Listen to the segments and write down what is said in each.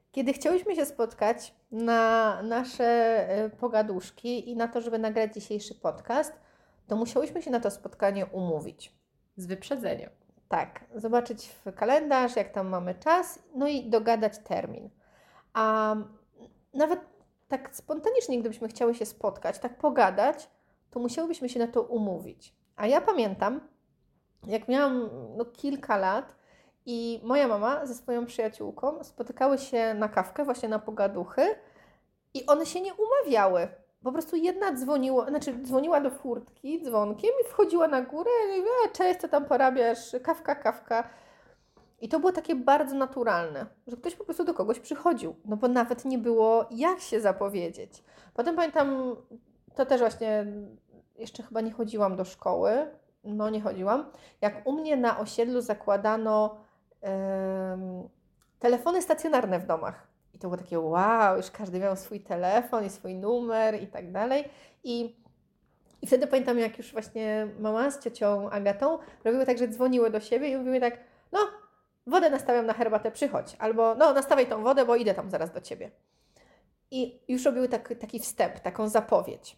Kiedy chciałyśmy się spotkać na nasze pogaduszki i na to, żeby nagrać dzisiejszy podcast, to musiałyśmy się na to spotkanie umówić. Z wyprzedzeniem. Tak, zobaczyć w kalendarz, jak tam mamy czas, no i dogadać termin. A nawet tak spontanicznie, gdybyśmy chciały się spotkać, tak pogadać, to musiałybyśmy się na to umówić. A ja pamiętam, jak miałam kilka lat i moja mama ze swoją przyjaciółką spotykały się na kawkę, właśnie na pogaduchy i one się nie umawiały. Po prostu jedna dzwoniła do furtki dzwonkiem i wchodziła na górę i mówiła: cześć, co tam porabiasz? Kawka, kawka. I to było takie bardzo naturalne, że ktoś po prostu do kogoś przychodził, no bo nawet nie było jak się zapowiedzieć. Potem pamiętam, to też właśnie, jeszcze chyba nie chodziłam do szkoły, no nie chodziłam, jak u mnie na osiedlu zakładano telefony stacjonarne w domach. I to było takie wow, już każdy miał swój telefon i swój numer i tak dalej. I wtedy pamiętam, jak już właśnie mama z ciocią Agatą robiły tak, że dzwoniły do siebie i mówiły tak: no, wodę nastawiam na herbatę, przychodź. Albo no, nastawiaj tą wodę, bo idę tam zaraz do ciebie. I już robiły taki wstęp, taką zapowiedź.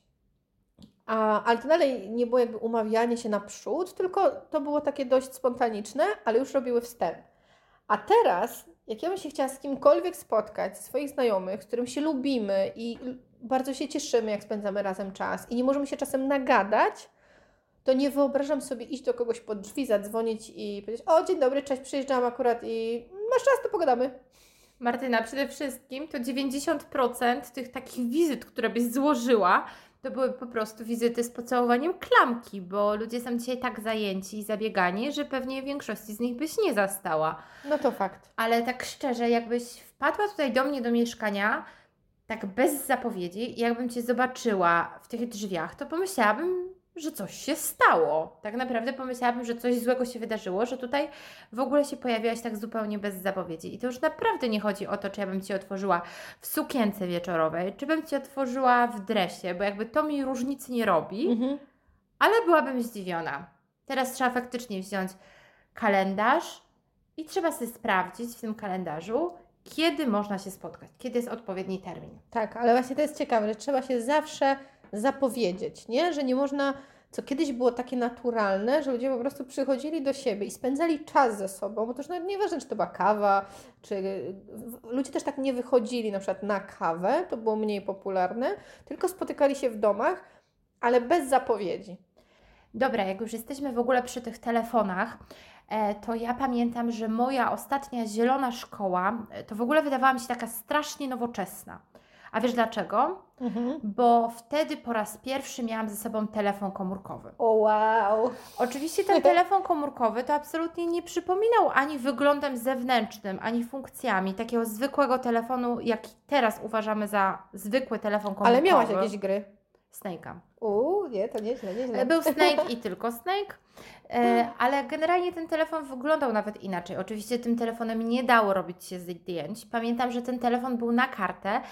Ale to dalej nie było jakby umawianie się naprzód, tylko to było takie dość spontaniczne, ale już robiły wstęp. A teraz, jak ja bym się chciała z kimkolwiek spotkać, ze swoich znajomych, z którym się lubimy i bardzo się cieszymy, jak spędzamy razem czas i nie możemy się czasem nagadać, to nie wyobrażam sobie iść do kogoś pod drzwi, zadzwonić i powiedzieć: o, dzień dobry, cześć, przyjeżdżam akurat i masz czas, to pogadamy. Martyna, przede wszystkim to 90% tych takich wizyt, które byś złożyła, to były po prostu wizyty z pocałowaniem klamki, bo ludzie są dzisiaj tak zajęci i zabiegani, że pewnie większości z nich byś nie zastała. No to fakt. Ale tak szczerze, jakbyś wpadła tutaj do mnie do mieszkania, tak bez zapowiedzi, jakbym Cię zobaczyła w tych drzwiach, to pomyślałabym, że coś się stało. Tak naprawdę pomyślałabym, że coś złego się wydarzyło, że tutaj w ogóle się pojawiłaś tak zupełnie bez zapowiedzi. I to już naprawdę nie chodzi o to, czy ja bym Ci otworzyła w sukience wieczorowej, czy bym Ci otworzyła w dresie, bo jakby to mi różnicy nie robi, ale byłabym zdziwiona. Teraz trzeba faktycznie wziąć kalendarz i trzeba sobie sprawdzić w tym kalendarzu, kiedy można się spotkać, kiedy jest odpowiedni termin. Tak, ale właśnie to jest ciekawe, że trzeba się zawsze zapowiedzieć, nie? Że nie można, co kiedyś było takie naturalne, że ludzie po prostu przychodzili do siebie i spędzali czas ze sobą, bo to już nawet nieważne, czy to była kawa, czy ludzie też tak nie wychodzili na przykład na kawę, to było mniej popularne, tylko spotykali się w domach, ale bez zapowiedzi. Dobra, jak już jesteśmy w ogóle przy tych telefonach, to ja pamiętam, że moja ostatnia zielona szkoła to w ogóle wydawała mi się taka strasznie nowoczesna. A wiesz dlaczego? Bo wtedy po raz pierwszy miałam ze sobą telefon komórkowy. O wow! Oczywiście ten telefon komórkowy to absolutnie nie przypominał ani wyglądem zewnętrznym, ani funkcjami takiego zwykłego telefonu, jaki teraz uważamy za zwykły telefon komórkowy. Ale miałaś jakieś gry? Snake'a. Nie, to nieźle, nieźle. Był Snake i tylko Snake, ale generalnie ten telefon wyglądał nawet inaczej. Oczywiście tym telefonem nie dało robić się zdjęć. Pamiętam, że ten telefon był na kartę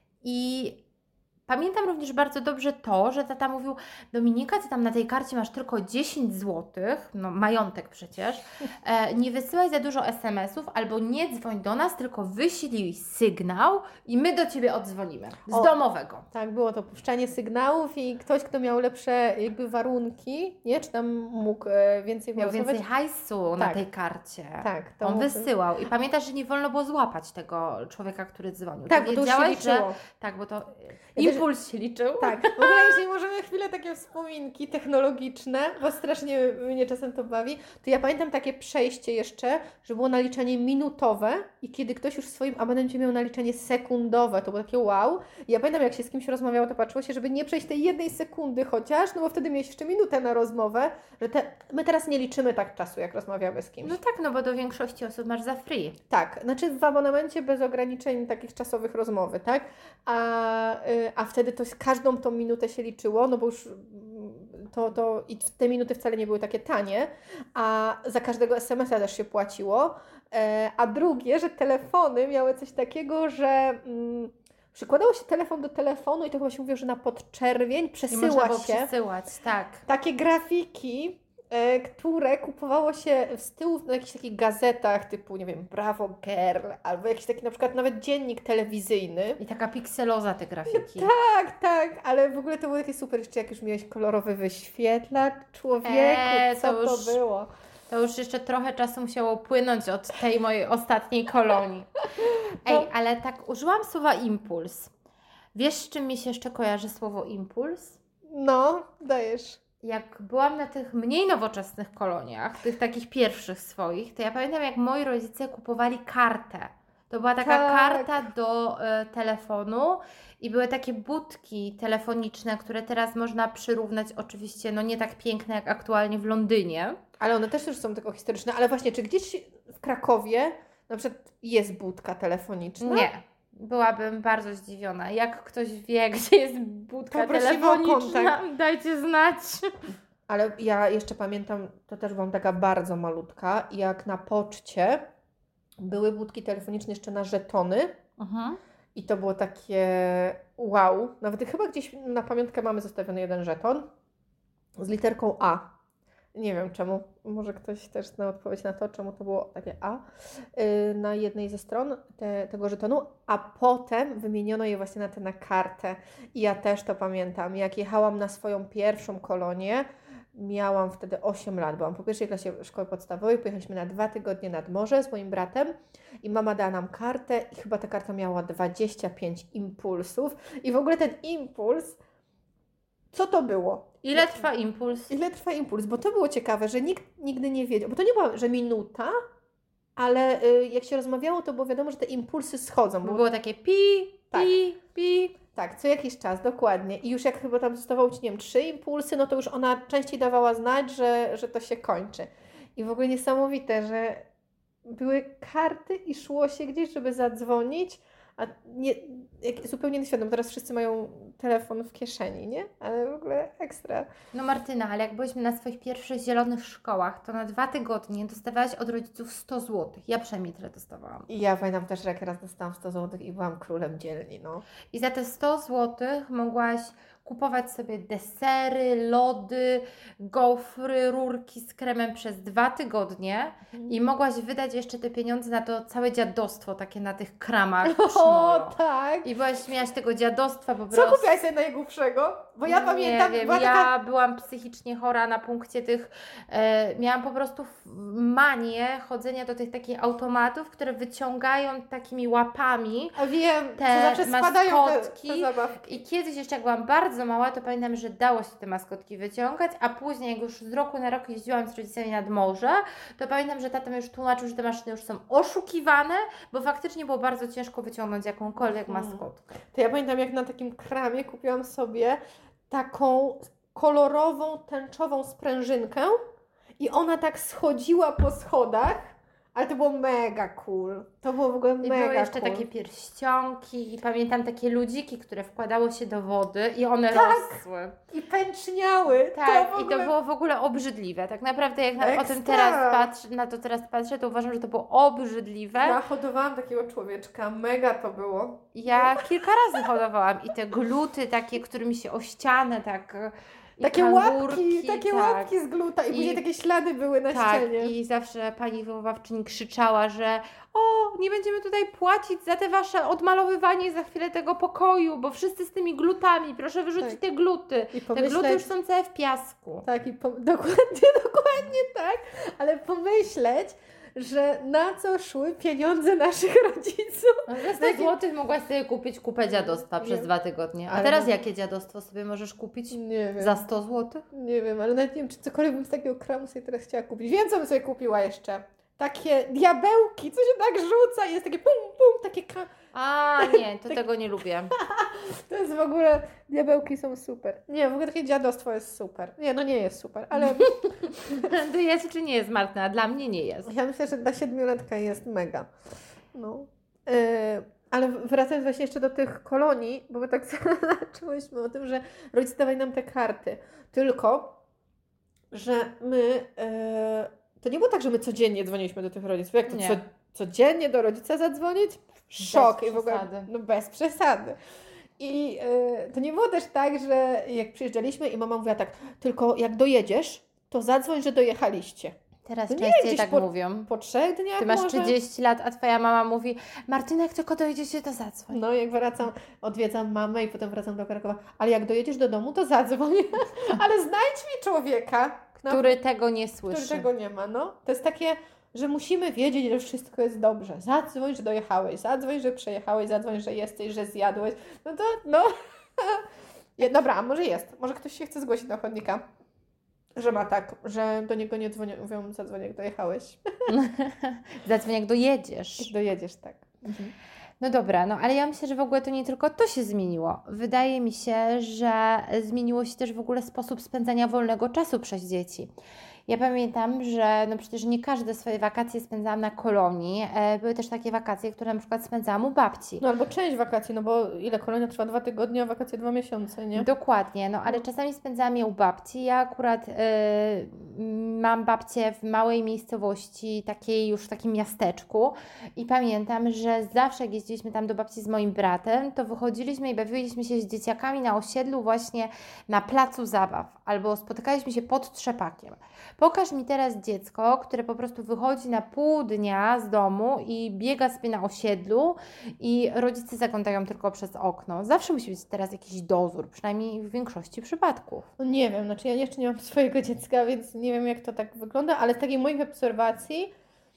i pamiętam również bardzo dobrze to, że tata mówił: Dominika, ty tam na tej karcie masz tylko 10 zł, no majątek przecież, nie wysyłaj za dużo SMS-ów albo nie dzwoń do nas, tylko wyślij sygnał i my do Ciebie odzwonimy z domowego. Tak, było to puszczanie sygnałów i ktoś, kto miał lepsze jakby warunki, nie? Czy tam mógł więcej Miał wylosować? więcej hajsu na Tak. tej karcie. Tak, to On mógł. wysyłał. I pamiętasz, że nie wolno było złapać tego człowieka, który dzwonił. Tak, Ty bo to już się wiedziałaś, liczyło. że... Tak, bo to Ja też- impuls się liczył. Tak, w ogóle jeśli możemy chwilę takie wspominki technologiczne, bo strasznie mnie czasem to bawi, to ja pamiętam takie przejście jeszcze, że było naliczenie minutowe i kiedy ktoś już w swoim abonencie miał naliczenie sekundowe, to było takie wow. I ja pamiętam, jak się z kimś rozmawiało, to patrzyło się, żeby nie przejść tej jednej sekundy chociaż, no bo wtedy miałeś jeszcze minutę na rozmowę, że my teraz nie liczymy tak czasu, jak rozmawiamy z kimś. No tak, no bo do większości osób masz za free. Tak, znaczy w abonamencie bez ograniczeń takich czasowych rozmowy, tak? A wtedy to każdą tą minutę się liczyło, no bo już i te minuty wcale nie były takie tanie, a za każdego SMS-a też się płaciło. A drugie, że telefony miały coś takiego, że przykładało się telefon do telefonu i to chyba się mówiło, że na podczerwień I przesyła można było się przesyłać, tak. takie grafiki, które kupowało się z tyłu na jakichś takich gazetach typu, nie wiem, Bravo Girl, albo jakiś taki na przykład nawet dziennik telewizyjny. I taka pikseloza te grafiki. Tak, ale w ogóle to było takie super, jeszcze jak już miałeś kolorowy wyświetlacz, człowieku, co to już- to było? To już jeszcze trochę czasu musiało płynąć od tej mojej ostatniej kolonii. Ej, ale tak użyłam słowa impuls. Wiesz, z czym mi się jeszcze kojarzy słowo impuls? No, dajesz. Jak byłam na tych mniej nowoczesnych koloniach, tych takich pierwszych swoich, to ja pamiętam, jak moi rodzice kupowali kartę. To była taka Tak. karta do telefonu i były takie budki telefoniczne, które teraz można przyrównać oczywiście, no nie tak piękne jak aktualnie w Londynie. Ale one też już są tylko historyczne, ale właśnie, czy gdzieś w Krakowie na przykład jest budka telefoniczna? Nie. Byłabym bardzo zdziwiona. Jak ktoś wie, gdzie jest budka To prosimy o telefoniczna, dajcie znać. Ale ja jeszcze pamiętam, to też byłam taka bardzo malutka, jak na poczcie były budki telefoniczne jeszcze na żetony i to było takie wow. Nawet chyba gdzieś na pamiątkę mamy zostawiony jeden żeton z literką A. Nie wiem czemu, może ktoś też zna odpowiedź na to, czemu to było takie A na jednej ze stron tego żetonu, a potem wymieniono je właśnie na kartę. I ja też to pamiętam, jak jechałam na swoją pierwszą kolonię, miałam wtedy 8 lat, byłam po pierwszej klasie szkoły podstawowej, pojechaliśmy na 2 tygodnie nad morze z moim bratem i mama dała nam kartę i chyba ta karta miała 25 impulsów i w ogóle ten impuls, co to było? Ile trwa impuls? Ile trwa impuls? Bo to było ciekawe, że nikt nigdy nie wiedział, bo to nie była, że minuta, ale jak się rozmawiało, to było wiadomo, że te impulsy schodzą. Bo było takie pi, Tak. pi. Tak, co jakiś czas, dokładnie. I już jak chyba tam zostawało Ci, nie wiem, 3 impulsy, no to już ona częściej dawała znać, że to się kończy. I w ogóle niesamowite, że były karty i szło się gdzieś, żeby zadzwonić, a nie, zupełnie nieświadom. Teraz wszyscy mają telefon w kieszeni, nie? Ale w ogóle ekstra. No Martyna, ale jak byliśmy na swoich pierwszych zielonych szkołach, to na 2 tygodnie dostawałaś od rodziców 100 zł. Ja przynajmniej tyle dostawałam. I ja pamiętam też, że jak raz dostałam 100 zł i byłam królem dzielni, no. I za te 100 zł mogłaś kupować sobie desery, lody, gofry, rurki z kremem przez 2 tygodnie i mogłaś wydać jeszcze te pieniądze na to całe dziadostwo takie na tych kramach O, szmolo. tak! I miałaś tego dziadostwa po Co prostu. kupiłaś sobie najgłupszego? Bo ja pamiętam, Nie wiem, była ja taka... byłam psychicznie chora na punkcie tych, miałam po prostu manię chodzenia do tych takich automatów, które wyciągają takimi łapami. A wiem, te to znaczy spadają te maskotki. zabawki. I kiedyś jeszcze jak byłam bardzo mała, to pamiętam, że dało się te maskotki wyciągać, a później jak już z roku na rok jeździłam z rodzicami nad morze, to pamiętam, że tata mi już tłumaczył, że te maszyny już są oszukiwane, bo faktycznie było bardzo ciężko wyciągnąć jakąkolwiek maskotkę. To ja pamiętam, jak na takim kramie kupiłam sobie taką kolorową, tęczową sprężynkę i ona tak schodziła po schodach, ale to było mega cool. To było w ogóle I mega były jeszcze cool. takie pierścionki i pamiętam takie ludziki, które wkładało się do wody i one Tak. rosły. I pęczniały. Tak, to w i ogóle... to było w ogóle obrzydliwe. Tak naprawdę jak o tym Ekstra. teraz patrzę, to uważam, że to było obrzydliwe. Ja hodowałam takiego człowieczka, mega to było. Ja kilka razy hodowałam i te gluty takie, którymi się o ścianę tak... i Takie kangurki, takie tak. łapki z gluta i później I- takie ślady były na Tak, ścianie. i zawsze pani wychowawczyni krzyczała, że o, nie będziemy tutaj płacić za te wasze odmalowywanie za chwilę tego pokoju, bo wszyscy z tymi glutami, proszę wyrzucić Tak. te gluty. I Te gluty już są całe w piasku. Tak, i dokładnie tak, ale pomyśleć, że na co szły pieniądze naszych rodziców. No, za 100 zł mogłaś sobie kupić kupę dziadostwa przez Nie. 2 tygodnie. A Ale teraz no- jakie dziadostwo sobie możesz kupić? Nie wiem. Za 100 zł? Nie wiem, ale nawet nie wiem, czy cokolwiek bym z takiego kramu sobie teraz chciała kupić. Wiem, co bym sobie kupiła jeszcze. Takie diabełki, co się tak rzuca i jest takie pum, pum, takie... A nie, to tego nie lubię. To jest w ogóle... Diabełki są super. Nie, w ogóle takie dziadostwo jest super. Nie, no nie jest super, ale To jest czy nie jest, Martyna? Dla mnie nie jest. ja myślę, że dla 7-latka jest mega. No. Ale wracając właśnie jeszcze do tych kolonii, bo my tak zaczęłyśmy o tym, że rodzice dawali nam te karty. Tylko, że my... to nie było tak, że my codziennie dzwoniliśmy do tych rodziców. Jak to Nie. codziennie do rodzica zadzwonić? Szok. Bez I w ogóle, przesady. no bez przesady. I to nie było też tak, że jak przyjeżdżaliśmy i mama mówiła tak, tylko jak dojedziesz, to zadzwoń, że dojechaliście. Teraz To nie częściej gdzieś tak po- mówią. Po 3 dniach Ty masz może? 30 lat, a twoja mama mówi: Martyna, jak tylko dojedziecie, to zadzwoń. No jak wracam, odwiedzam mamę i potem wracam do Krakowa. Ale jak dojedziesz do domu, to zadzwoń. Ale znajdź mi człowieka, Który tego nie który słyszy. tego nie ma. No. To jest takie, że musimy wiedzieć, że wszystko jest dobrze. Zadzwoń, że dojechałeś, zadzwoń, że przejechałeś, zadzwoń, że jesteś, że zjadłeś. No to, no. Dobra, a może jest. Może ktoś się chce zgłosić do chodnika. Że ma tak, że do niego nie dzwonią, mówią zadzwoń, jak dojechałeś. Zadzwoń, jak dojedziesz. Jak dojedziesz, tak. No dobra, no ale ja myślę, że w ogóle to nie tylko to się zmieniło. Wydaje mi się, że zmieniło się też w ogóle sposób spędzania wolnego czasu przez dzieci. Ja pamiętam, że no przecież nie każde swoje wakacje spędzałam na kolonii. Były też takie wakacje, które na przykład spędzałam u babci. No albo część wakacji, no bo ile kolonia trwa 2 tygodnie, a wakacje 2 miesiące, nie? Dokładnie, no ale czasami spędzałam je u babci. Ja akurat mam babcię w małej miejscowości, takiej już w takim miasteczku i pamiętam, że zawsze jak jeździliśmy tam do babci z moim bratem, to wychodziliśmy i bawiliśmy się z dzieciakami na osiedlu właśnie na placu zabaw albo spotykaliśmy się pod trzepakiem. Pokaż mi teraz dziecko, które po prostu wychodzi na pół dnia z domu i biega sobie na osiedlu i rodzice zaglądają tylko przez okno. Zawsze musi być teraz jakiś dozór, przynajmniej w większości przypadków. No nie wiem, znaczy ja jeszcze nie mam swojego dziecka, więc nie wiem jak to tak wygląda, ale z takiej moich obserwacji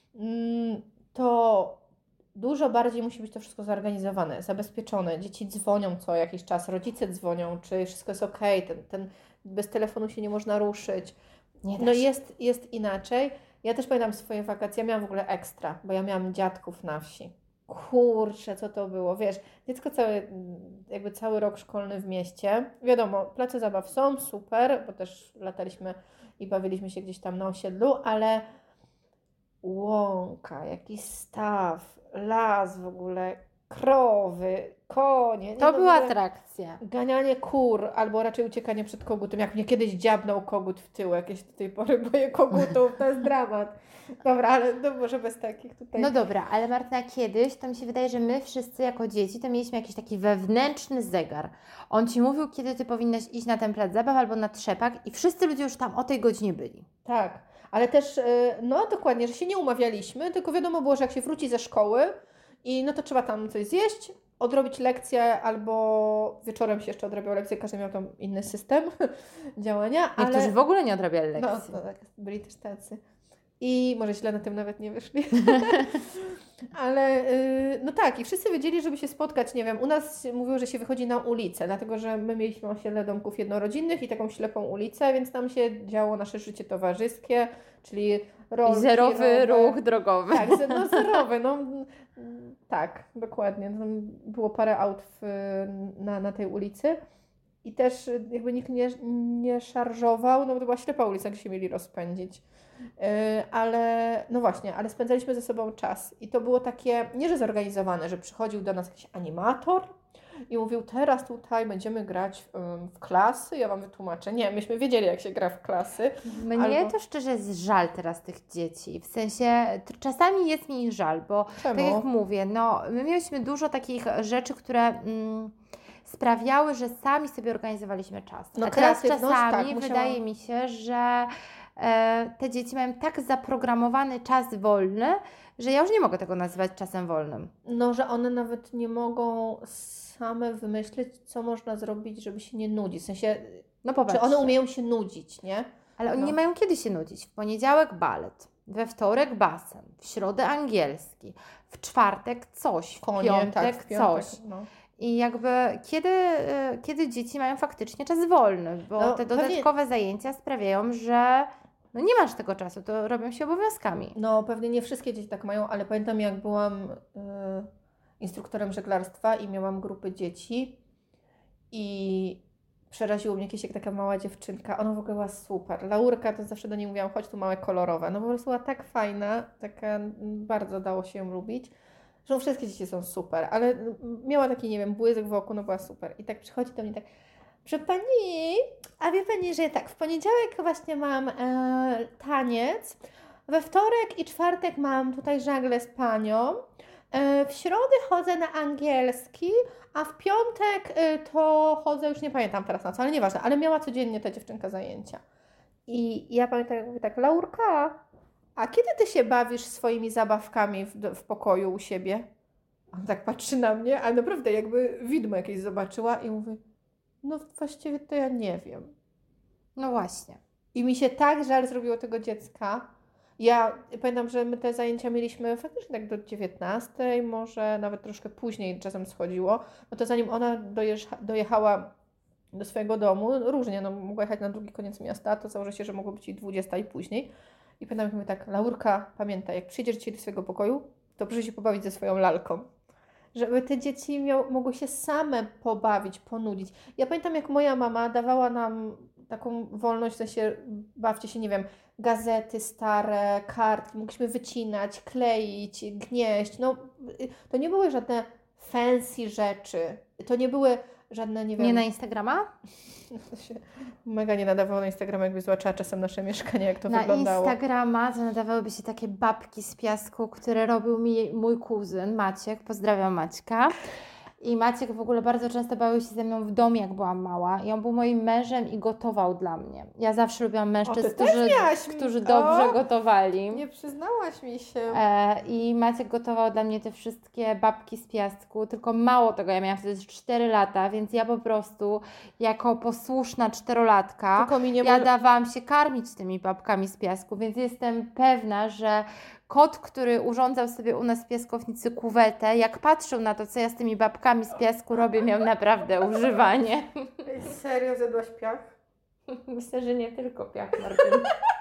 to dużo bardziej musi być to wszystko zorganizowane, zabezpieczone. Dzieci dzwonią co jakiś czas, rodzice dzwonią, czy wszystko jest okej, ten bez telefonu się nie można ruszyć. Nie da No się. jest inaczej. Ja też pamiętam swoje wakacje, ja miałam w ogóle ekstra, bo ja miałam dziadków na wsi. Kurczę, co to było, wiesz, dziecko jakby cały rok szkolny w mieście. Wiadomo, place zabaw są super, bo też lataliśmy i bawiliśmy się gdzieś tam na osiedlu, ale łąka, jakiś staw, las w ogóle, krowy, konie. Nie, To no, była w ogóle atrakcja. ganianie kur, albo raczej uciekanie przed kogutem. Jak mnie kiedyś dziabnął kogut w tyłek, ja się do tej pory boję kogutów, to jest dramat. Dobra, ale no może bez takich tutaj. No dobra, ale Martyna, kiedyś to mi się wydaje, że my wszyscy jako dzieci to mieliśmy jakiś taki wewnętrzny zegar. On Ci mówił, kiedy Ty powinnaś iść na ten plac zabaw albo na trzepak i wszyscy ludzie już tam o tej godzinie byli. Tak, ale też, no dokładnie, że się nie umawialiśmy, tylko wiadomo było, że jak się wróci ze szkoły i no to trzeba tam coś zjeść, odrobić lekcję albo wieczorem się jeszcze odrabiał lekcję, każdy miał tam inny system działania. Niektórzy ale... w ogóle nie odrabiali No, lekcji. to tak, byli też tacy. I może źle na tym nawet nie wyszli. Ale no tak, i wszyscy wiedzieli, żeby się spotkać, nie wiem, u nas mówiło, że się wychodzi na ulicę, dlatego że my mieliśmy osiedle domków jednorodzinnych i taką ślepą ulicę, więc tam się działo nasze życie towarzyskie, czyli rolki, I zerowy rower. ruch drogowy. Tak, no zerowy, no tak, dokładnie. Tam było parę aut na tej ulicy. I też jakby nikt nie szarżował, no bo to była ślepa ulica, gdzie się mieli rozpędzić. Ale no właśnie, ale spędzaliśmy ze sobą czas. I to było takie, nie że zorganizowane, że przychodził do nas jakiś animator i mówił, teraz tutaj będziemy grać w klasy, ja Wam wytłumaczę. Nie, myśmy wiedzieli, jak się gra w klasy. Mnie to szczerze jest żal teraz tych dzieci. W sensie czasami jest mi ich żal, bo Czemu? tak jak mówię, no my mieliśmy dużo takich rzeczy, które sprawiały, że sami sobie organizowaliśmy czas. No, A teraz kreatywność, czasami tak, wydaje mi się, że te dzieci mają tak zaprogramowany czas wolny, że ja już nie mogę tego nazywać czasem wolnym. No, że one nawet nie mogą same wymyśleć, co można zrobić, żeby się nie nudzić. W sensie, No popatrz. czy one umieją się nudzić, nie? Ale oni No. nie mają kiedy się nudzić. W poniedziałek balet, we wtorek basen, w środę angielski, w czwartek coś, w Konie, piątek tak, w piątek, coś. no. I jakby kiedy dzieci mają faktycznie czas wolny, bo No, te pewnie- dodatkowe zajęcia sprawiają, że no nie masz tego czasu, to robią się obowiązkami. No, pewnie nie wszystkie dzieci tak mają, ale pamiętam, jak byłam instruktorem żeglarstwa i miałam grupy dzieci i przeraziło mnie jakieś jak taka mała dziewczynka. Ona w ogóle była super. Laurka, to zawsze do niej mówiłam, chodź tu małe kolorowe. No po prostu była tak fajna, taka bardzo dało się ją lubić. Zresztą wszystkie dzieci są super, ale miała taki, nie wiem, błysk w oku, no była super. I tak przychodzi do mnie tak, proszę Pani, a wie Pani, że tak, w poniedziałek właśnie mam taniec, we wtorek i czwartek mam tutaj żagle z Panią, w środę chodzę na angielski, a w piątek to chodzę, już nie pamiętam teraz na co, ale nieważne, ale miała codziennie ta dziewczynka zajęcia. I ja pamiętam, jak mówię tak, Laurka, a kiedy ty się bawisz swoimi zabawkami w pokoju u siebie? On tak patrzy na mnie, ale naprawdę jakby widmo jakieś zobaczyła i mówi, no właściwie to ja nie wiem. No właśnie. I mi się tak żal zrobiło tego dziecka. Ja pamiętam, że my te zajęcia mieliśmy faktycznie tak do 19, może nawet troszkę później czasem schodziło. No to zanim ona dojechała do swojego domu, różnie, no mogła jechać na drugi koniec miasta, to założę się, że mogło być i 20 i później. I pamiętam, jak mówię tak, Laurka, pamiętaj, jak przyjdziesz dzisiaj do swojego pokoju, to proszę się pobawić ze swoją lalką. Żeby te dzieci mogły się same pobawić, ponudzić. Ja pamiętam, jak moja mama dawała nam taką wolność, w sensie bawcie się, nie wiem, gazety stare, kartki, mogliśmy wycinać, kleić, gnieść. No, to nie były żadne fancy rzeczy. To nie były żadne, nie wiem... Nie na Instagrama? To się mega nie nadawało na Instagrama, jakby zobaczyła czasem nasze mieszkanie, jak to Na wyglądało. Instagrama to nadawałyby się takie babki z piasku, które robił mi mój kuzyn Maciek. Pozdrawiam Maćka. I Maciek w ogóle bardzo często bawił się ze mną w domu, jak byłam mała. I on był moim mężem i gotował dla mnie. Ja zawsze lubiłam mężczyzn, którzy dobrze gotowali. Nie przyznałaś mi się. I Maciek gotował dla mnie te wszystkie babki z piasku. Tylko mało tego, ja miałam wtedy 4 lata, więc ja po prostu jako posłuszna 4-latka Tylko mi nie ja dawałam się karmić tymi babkami z piasku, więc jestem pewna, że kot, który urządzał sobie u nas w piaskownicy kuwetę, jak patrzył na to, co ja z tymi babkami z piasku robię, miał naprawdę używanie. Serio zjadłaś piach? Myślę, że nie tylko piach, Martyn.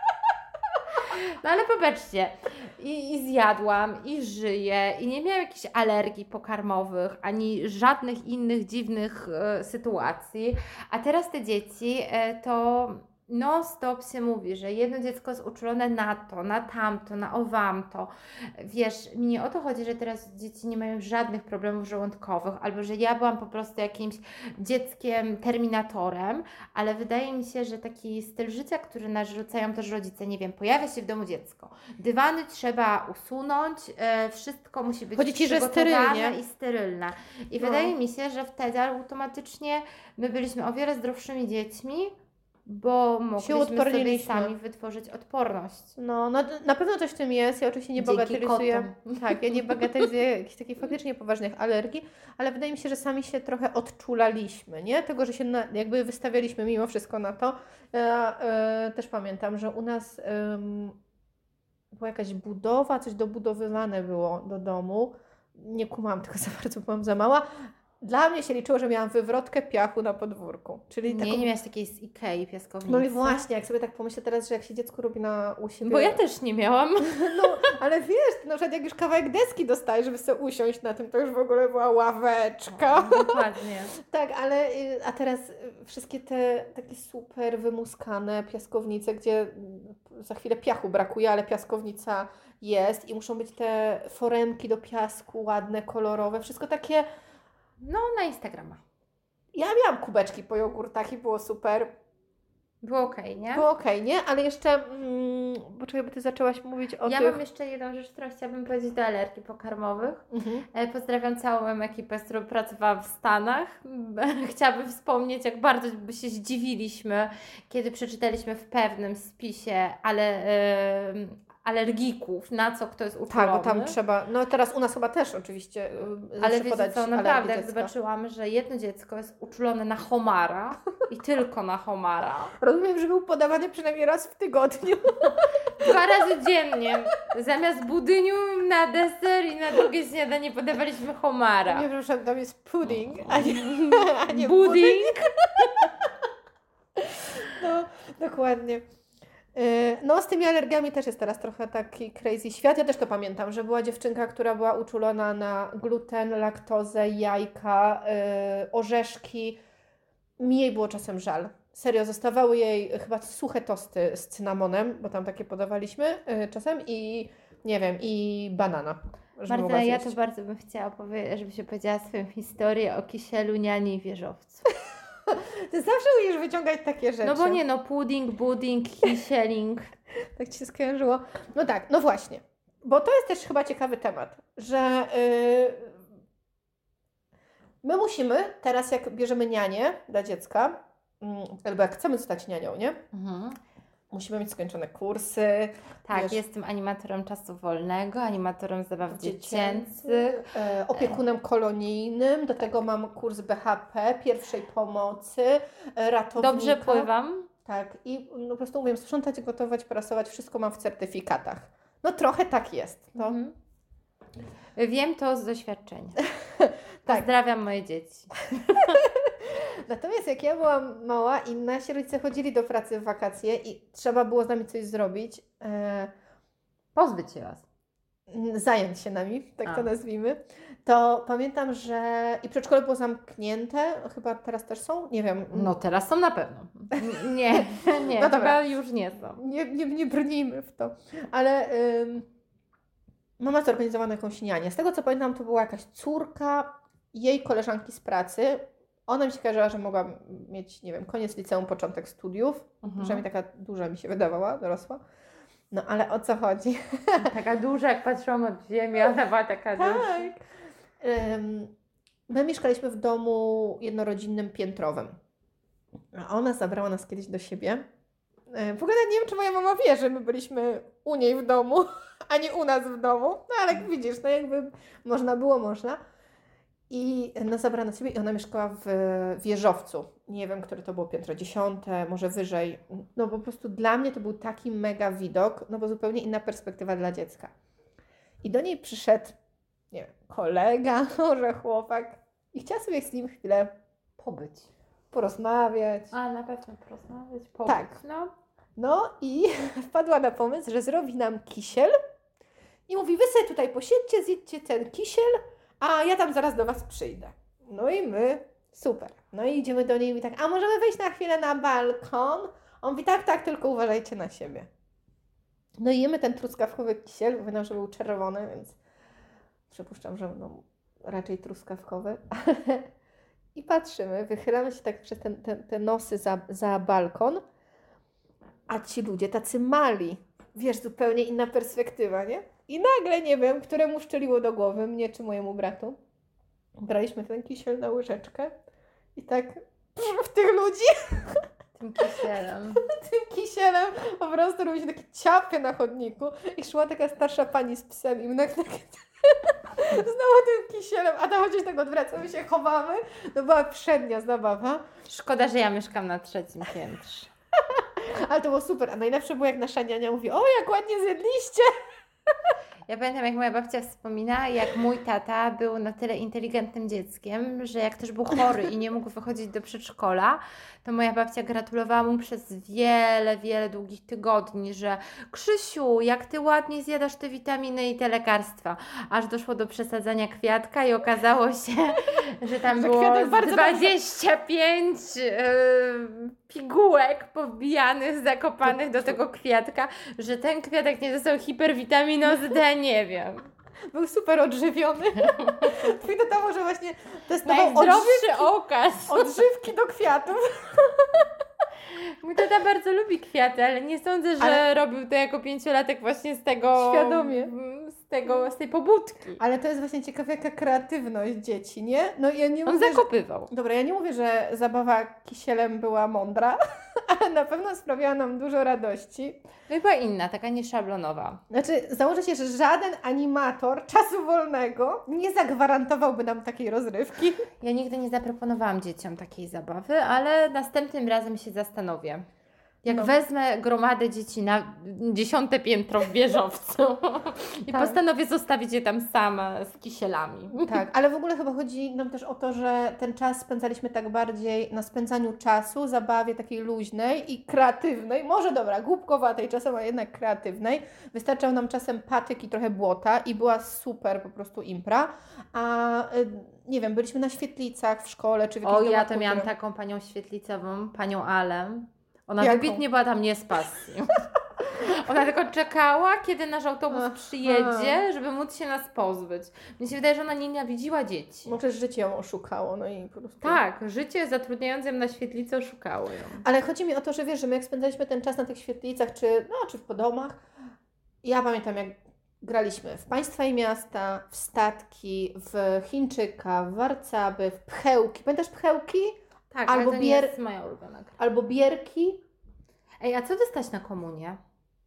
No ale popatrzcie, i zjadłam, i żyję, i nie miałam jakichś alergii pokarmowych, ani żadnych innych dziwnych sytuacji. A teraz te dzieci to non-stop się mówi, że jedno dziecko jest uczulone na to, na tamto, na owamto. Wiesz, mi nie o to chodzi, że teraz dzieci nie mają żadnych problemów żołądkowych, albo że ja byłam po prostu jakimś dzieckiem terminatorem, ale wydaje mi się, że taki styl życia, który narzucają też rodzice, nie wiem, pojawia się w domu dziecko, dywany trzeba usunąć, wszystko musi być Chodzi ci, że przygotowane sterylnie? i sterylne. I No. wydaje mi się, że wtedy automatycznie my byliśmy o wiele zdrowszymi dziećmi, bo mogliśmy sobie uodporniliśmy. sami wytworzyć odporność. No, na pewno coś w tym jest. Ja oczywiście nie Dzięki bagatelizuję. kotom. Tak, ja nie bagatelizuję jakichś takich faktycznie poważnych alergii, ale wydaje mi się, że sami się trochę odczulaliśmy, nie? Tego, że się jakby wystawialiśmy mimo wszystko na to. Ja też pamiętam, że u nas była jakaś budowa, coś dobudowywane było do domu. Nie kumałam tego za bardzo, byłam za mała. Dla mnie się liczyło, że miałam wywrotkę piachu na podwórku. Czyli Nie, taką... nie miałaś takiej z Ikei piaskownicy. No i właśnie, jak sobie tak pomyślę teraz, że jak się dziecko robi u siebie... Bo ja też nie miałam. No, ale wiesz, na przykład jak już kawałek deski dostajesz, żeby sobie usiąść na tym, to już w ogóle była ławeczka. Dokładnie. Tak, ale a teraz wszystkie te takie super wymuskane piaskownice, gdzie za chwilę piachu brakuje, ale piaskownica jest i muszą być te foremki do piasku ładne, kolorowe, wszystko takie... No, na Instagrama. Ja miałam kubeczki po jogurtach i było super. Było okej, nie? Było okej, nie? Ale jeszcze, poczekaj, bo Ty zaczęłaś mówić o Ja tych... mam jeszcze jedną rzecz, którą chciałabym powiedzieć do alergii pokarmowych. Mhm. Pozdrawiam całą moją ekipę, z którą pracowałam w Stanach. Chciałabym wspomnieć, jak bardzo by się zdziwiliśmy, kiedy przeczytaliśmy w pewnym spisie, alergików, na co kto jest uczulony. Tak, bo tam trzeba, no teraz u nas chyba też oczywiście Ale wiecie podać co, naprawdę, alergię jak dziecka. zobaczyłam, że jedno dziecko jest uczulone na homara i tylko na homara. Rozumiem, że był podawany przynajmniej raz w tygodniu. 2 razy dziennie. Zamiast budyniu na deser i na drugie śniadanie podawaliśmy homara. Nie, przepraszam, tam jest pudding, a nie Budyń. No, dokładnie. No, z tymi alergiami też jest teraz trochę taki crazy świat. Ja też to pamiętam, że była dziewczynka, która była uczulona na gluten, laktozę, jajka, orzeszki. Mi jej było czasem żal. Serio, zostawały jej chyba suche tosty z cynamonem, bo tam takie podawaliśmy czasem i nie wiem, i banana. żeby mogła Martyna, ja zjeść. to bardzo bym chciała powiedzieć, żebyś opowiedziała swoją historię o kisielu, niani i wieżowcu. Ty zawsze umiesz wyciągać takie rzeczy. No bo nie, no pudding, budding, kisieling. Tak ci się skojarzyło. No tak, no właśnie. Bo to jest też chyba ciekawy temat, że my musimy teraz, jak bierzemy nianię dla dziecka, albo jak chcemy zostać nianią, nie? Mhm. Musimy mieć skończone kursy. Tak, wiesz, jestem animatorem czasu wolnego, animatorem zabaw dziecięcych. Opiekunem kolonijnym, do tego mam kurs BHP, pierwszej pomocy, ratownika. Dobrze pływam. Tak, i po prostu umiem sprzątać, gotować, prasować, wszystko mam w certyfikatach. No trochę tak jest. No. Mhm. Wiem to z doświadczenia. Tak. Pozdrawiam moje dzieci. Natomiast jak ja byłam mała i nasi rodzice chodzili do pracy w wakacje i trzeba było z nami coś zrobić, Pozbyć się was. zająć się nami, tak to nazwijmy, to pamiętam, że i przedszkole było zamknięte, chyba teraz też są, nie wiem. No teraz są na pewno. Nie, nie, No dobra. chyba już nie są. Nie brnijmy w to, ale mama zorganizowała jakąś nianię. Z tego co pamiętam, to była jakaś córka jej koleżanki z pracy. Ona mi się kojarzyła, że mogła mieć, nie wiem, koniec liceum, początek studiów. Przynajmniej taka duża mi się wydawała, dorosła. No ale o co chodzi? Taka duża, jak patrzyłam od ziemi, ona była taka duża. Tak. My mieszkaliśmy w domu jednorodzinnym piętrowym. A ona zabrała nas kiedyś do siebie. W ogóle nie wiem, czy moja mama wie, że my byliśmy u niej w domu, a nie u nas w domu. No ale widzisz, no jakby można było, można. I no, zabrała nas siebie i ona mieszkała w wieżowcu. Nie wiem, które to było piętro, 10, może wyżej. No po prostu dla mnie to był taki mega widok, no bo zupełnie inna perspektywa dla dziecka. I do niej przyszedł, nie wiem, kolega, może chłopak i chciała sobie z nim chwilę Pobyć. porozmawiać. A na pewno porozmawiać, pobyć. Tak. No. No i wpadła na pomysł, że zrobi nam kisiel i mówi, wy sobie tutaj posiedźcie, zjedźcie ten kisiel, a ja tam zaraz do was przyjdę. No i my, super. No i idziemy do niej i mówi tak, a możemy wejść na chwilę na balkon? On mówi, tak, tylko uważajcie na siebie. No i jemy ten truskawkowy kisiel, mówię nam, że był czerwony, więc przypuszczam, że no, raczej truskawkowy. I patrzymy, wychylamy się tak przez te nosy za balkon, a ci ludzie tacy mali. Wiesz, zupełnie inna perspektywa, nie? I nagle, nie wiem, któremu szczeliło do głowy, mnie czy mojemu bratu. Braliśmy ten kisiel na łyżeczkę i tak w tych ludzi Tym kisielem. tym kisielem po prostu robiliśmy takie ciapy na chodniku i szła taka starsza pani z psem i my tak znowu tym kisielem, a tam chociaż tak odwracamy się, chowamy. To była przednia zabawa. Szkoda, że ja mieszkam na 3. piętrze. Ale to było super, a najlepsze było jak nasza niania mówi, o jak ładnie zjedliście. Ja pamiętam, jak moja babcia wspomina, jak mój tata był na tyle inteligentnym dzieckiem, że jak też był chory i nie mógł wychodzić do przedszkola, to moja babcia gratulowała mu przez wiele, wiele długich tygodni, że Krzysiu, jak ty ładnie zjadasz te witaminy i te lekarstwa. Aż doszło do przesadzania kwiatka i okazało się, że tam Że było kwiatek bardzo 25 pigułek powbijanych, zakopanych do tego kwiatka, że ten kwiatek nie dostał hiperwitaminozy D, nie wiem. Był super odżywiony. Twój tata może właśnie testował Najzdrowszy okaz. odżywki do kwiatów. Mój tata bardzo lubi kwiaty, ale nie sądzę, że robił to jako 5-latek właśnie z tego... Świadomie. Z tej pobudki. Ale to jest właśnie ciekawe, jaka kreatywność dzieci, nie? No ja nie On mówię, zakopywał. Dobra, ja nie mówię, że zabawa kisielem była mądra, ale na pewno sprawiała nam dużo radości. No i była inna, taka nieszablonowa. Znaczy, założę się, że żaden animator czasu wolnego nie zagwarantowałby nam takiej rozrywki. Ja nigdy nie zaproponowałam dzieciom takiej zabawy, ale następnym razem się zastanowię. Jak wezmę gromadę dzieci na 10. piętro w wieżowcu i postanowię zostawić je tam same z kisielami. Tak, ale w ogóle chyba chodzi nam też o to, że ten czas spędzaliśmy tak bardziej na spędzaniu czasu, zabawie takiej luźnej i kreatywnej, może dobra, głupkowatej czasem, a jednak kreatywnej. Wystarczał nam czasem patyk i trochę błota i była super po prostu impra, a nie wiem, byliśmy na świetlicach w szkole czy w jakiejś O, ja domach to kultury. miałam taką panią świetlicową, panią Alę. Ona Jaką? wybitnie była tam nie z pasji. Ona tylko czekała, kiedy nasz autobus przyjedzie, żeby móc się nas pozbyć. Mnie się wydaje, że ona nienawidziła dzieci. Może życie ją oszukało, no i po prostu... Tak, życie zatrudniające ją na świetlicę oszukało ją. Ale chodzi mi o to, że wiesz, że my jak spędzaliśmy ten czas na tych świetlicach, czy w podomach, ja pamiętam jak graliśmy w Państwa i Miasta, w Statki, w Chińczyka, w Warcaby, w Pchełki. Pamiętasz Pchełki? Tak, Albo ale to nie jest moja ulubiona gra. Albo Bierki. Ej, a co dostać na komunię?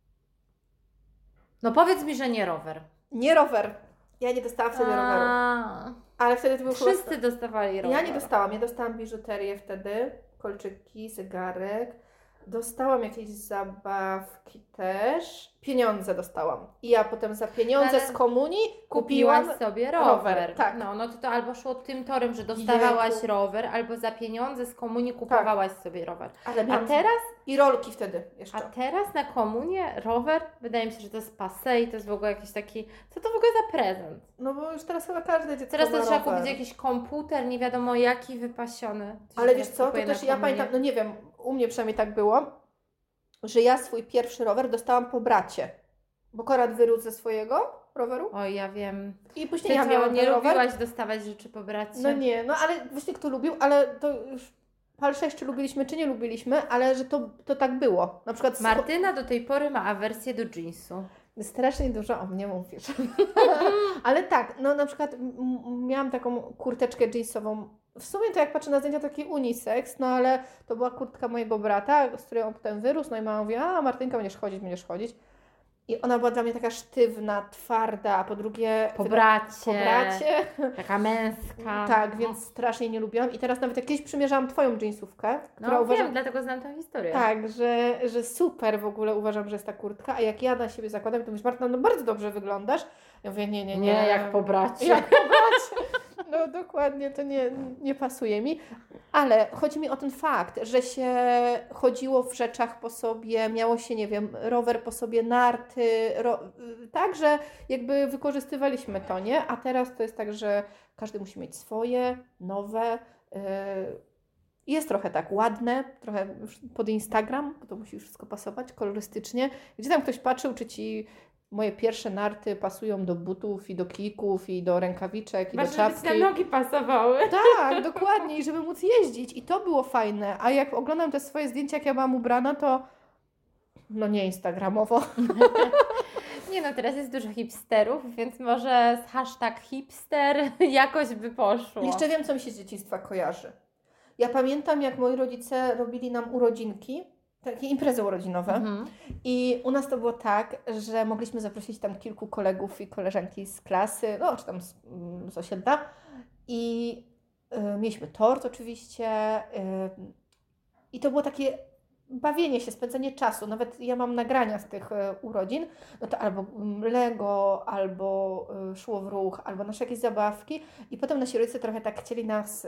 No powiedz mi, że nie rower. Nie rower. Ja nie dostałam wtedy roweru. Ale wtedy to był Wszyscy dostawali rower. Ja nie dostałam. Ja dostałam biżuterię wtedy, kolczyki, zegarek. Dostałam jakieś zabawki też. Pieniądze dostałam. I ja potem za pieniądze Ale z komunii kupiłam Kupiłaś sobie rower. Tak. No to albo szło tym torem, że dostawałaś Jejku. rower, albo za pieniądze z komunii kupowałaś sobie rower. Ale A miałam teraz, i rolki wtedy jeszcze. na komunię rower? Wydaje mi się, że to jest passé i to jest w ogóle jakiś taki... Co to w ogóle za prezent? No bo już teraz chyba każde dziecko Teraz to ma trzeba rower. kupić jakiś komputer, nie wiadomo jaki, wypasiony. To Ale się wiesz teraz co, to kupuje na też ja komunię. pamiętam, no nie wiem, u mnie przynajmniej tak było, że ja swój pierwszy rower dostałam po bracie. Bo Konrad wyrósł ze swojego roweru Oj, ja wiem. i później Ty ja co, miałam nie ten rower. lubiłaś dostawać rzeczy po bracie? No nie, no ale właśnie kto lubił, ale to już pal 6 czy lubiliśmy, czy nie lubiliśmy, ale że to tak było. Na przykład Martyna do tej pory ma awersję do jeansu. strasznie dużo o mnie mówisz. Ale tak, no na przykład miałam taką kurteczkę jeansową. W sumie to jak patrzę na zdjęcia, taki unisex, no ale to była kurtka mojego brata, z której on potem wyrósł, no i mama mówi, a Martynka, będziesz chodzić. I ona była dla mnie taka sztywna, twarda, a po drugie... Po bracie. Po bracie. Taka męska. Tak, więc strasznie nie lubiłam. I teraz nawet jak kiedyś przymierzałam Twoją jeansówkę, która No uważam... wiem, dlatego znam tę historię. Tak, że super w ogóle uważam, że jest ta kurtka, a jak ja na siebie zakładam, to mówisz, Marta, no bardzo dobrze wyglądasz. Ja mówię, nie. Nie, jak po bracie. Jak po bracie. No dokładnie, to nie pasuje mi. Ale chodzi mi o ten fakt, że się chodziło w rzeczach po sobie, miało się, nie wiem, rower po sobie, narty, tak, że jakby wykorzystywaliśmy to, nie? A teraz to jest tak, że każdy musi mieć swoje, nowe, jest trochę tak ładne, trochę już pod Instagram, bo to musi wszystko pasować kolorystycznie. Gdzie tam ktoś patrzył, czy Ci moje pierwsze narty pasują do butów i do kików i do rękawiczek i do Żeby czapki. te nogi pasowały. Tak, dokładnie, i żeby móc jeździć. I to było fajne. A jak oglądam te swoje zdjęcia, jak ja byłam ubrana, to no nie instagramowo. Nie no, teraz jest dużo hipsterów, więc może z hashtag hipster jakoś by poszło. Jeszcze wiem, co mi się z dzieciństwa kojarzy. Ja pamiętam, jak moi rodzice robili nam urodzinki, takie imprezy urodzinowe. Mhm. I u nas to było tak, że mogliśmy zaprosić tam kilku kolegów i koleżanki z klasy, no czy tam z osiedla. I mieliśmy tort oczywiście. I to było takie bawienie się, spędzenie czasu. Nawet ja mam nagrania z tych urodzin. No to albo Lego, albo szło w ruch, albo nasze jakieś zabawki. I potem nasi rodzice trochę tak chcieli nas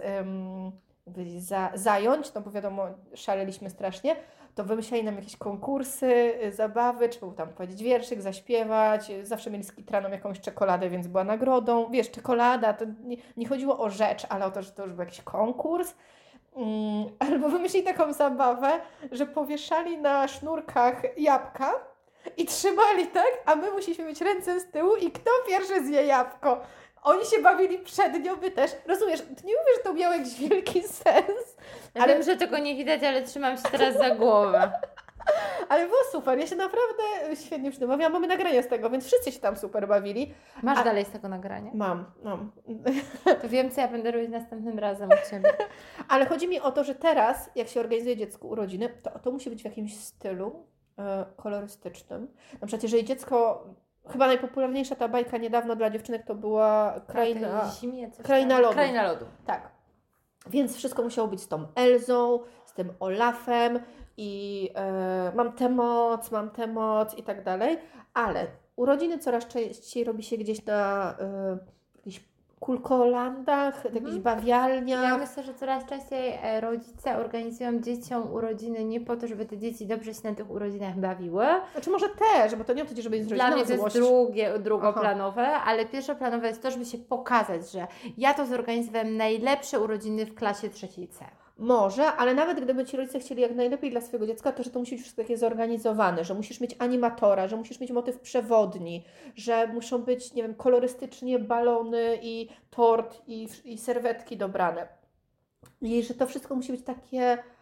zająć, no bo wiadomo, szaleliśmy strasznie. To wymyślali nam jakieś konkursy, zabawy, trzeba było tam powiedzieć wierszyk, zaśpiewać. Zawsze mieli skitraną jakąś czekoladę, więc była nagrodą. Wiesz, czekolada, to nie chodziło o rzecz, ale o to, że to już był jakiś konkurs. Albo wymyślili taką zabawę, że powieszali na sznurkach jabłka i trzymali tak, a my musieliśmy mieć ręce z tyłu i kto pierwszy zje jabłko. Oni się bawili przed nią, my też. Rozumiesz, to nie mówię, że to miał jakiś wielki sens. Ja wiem, że tego nie widać, ale trzymam się teraz za głowę. Ale było super, ja się naprawdę świetnie przy tym bawiłam. Mamy nagrania z tego, więc wszyscy się tam super bawili. Masz dalej z tego nagrania? Mam. To wiem, co ja będę robić następnym razem u Ciebie. Ale chodzi mi o to, że teraz, jak się organizuje dziecku urodziny, to musi być w jakimś stylu kolorystycznym. Na przykład, jeżeli dziecko, chyba najpopularniejsza ta bajka niedawno dla dziewczynek to była Kraina lodu. Kraina lodu. Tak. Więc wszystko musiało być z tą Elzą, z tym Olafem i mam tę moc i tak dalej. Ale urodziny coraz częściej robi się gdzieś na jakichś kulkolandach, jakichś bawialniach. Ja myślę, że coraz częściej rodzice organizują dzieciom urodziny nie po to, żeby te dzieci dobrze się na tych urodzinach bawiły. Znaczy może też, bo to nie o to, żeby jest Dla mnie to jest drugoplanowe, Aha. ale pierwszoplanowe jest to, żeby się pokazać, że ja to zorganizowałem najlepsze urodziny w klasie 3C. Może, ale nawet gdyby ci rodzice chcieli jak najlepiej dla swojego dziecka, to że to musi być wszystko takie zorganizowane, że musisz mieć animatora, że musisz mieć motyw przewodni, że muszą być, nie wiem, kolorystycznie balony i tort i serwetki dobrane. I że to wszystko musi być takie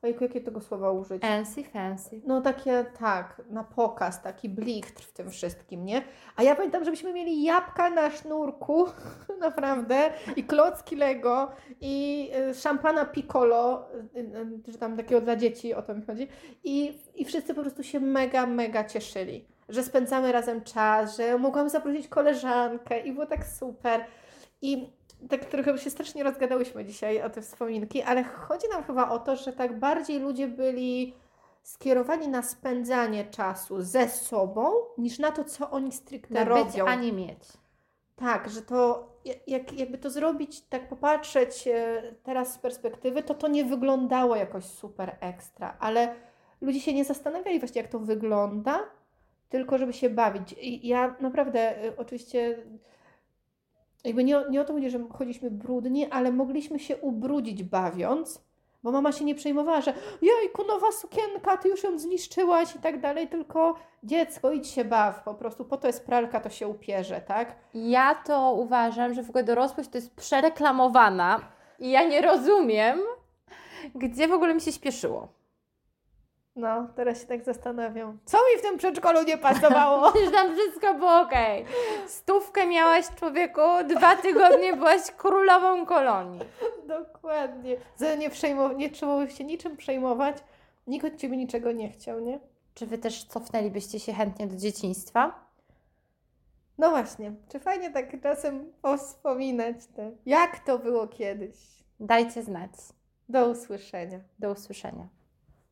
Ojejku, jakie tego słowa użyć? Fancy. No takie, tak, na pokaz, taki blichtr w tym wszystkim, nie? A ja pamiętam, żebyśmy mieli jabłka na sznurku, naprawdę, i klocki Lego, i szampana Piccolo, czy tam takiego dla dzieci, o to mi chodzi. I wszyscy po prostu się mega, mega cieszyli, że spędzamy razem czas, że mogłam zaprosić koleżankę i było tak super. I tak trochę się strasznie rozgadałyśmy dzisiaj o te wspominki, ale chodzi nam chyba o to, że tak bardziej ludzie byli skierowani na spędzanie czasu ze sobą, niż na to, co oni stricte Na robią. być, a nie mieć. Tak, że to jakby to zrobić, tak popatrzeć teraz z perspektywy, to nie wyglądało jakoś super ekstra, ale ludzie się nie zastanawiali właśnie, jak to wygląda, tylko żeby się bawić. I ja naprawdę, oczywiście, jakby nie o to chodzi, że chodziliśmy brudni, ale mogliśmy się ubrudzić bawiąc, bo mama się nie przejmowała, że jejku, nowa sukienka, ty już ją zniszczyłaś i tak dalej, tylko dziecko, idź się baw, po prostu po to jest pralka, to się upierze, tak? Ja to uważam, że w ogóle dorosłość to jest przereklamowana i ja nie rozumiem, gdzie w ogóle mi się śpieszyło. No, teraz się tak zastanawiam. Co mi w tym przedszkolu nie pasowało? Przecież tam wszystko było okej. 100 miałaś, człowieku, 2 tygodnie byłaś królową kolonii. Dokładnie. Nie trzeba się niczym przejmować. Nikt od ciebie niczego nie chciał, nie? Czy wy też cofnęlibyście się chętnie do dzieciństwa? No właśnie. Czy fajnie tak czasem powspominać jak to było kiedyś. Dajcie znać. Do usłyszenia. Do usłyszenia.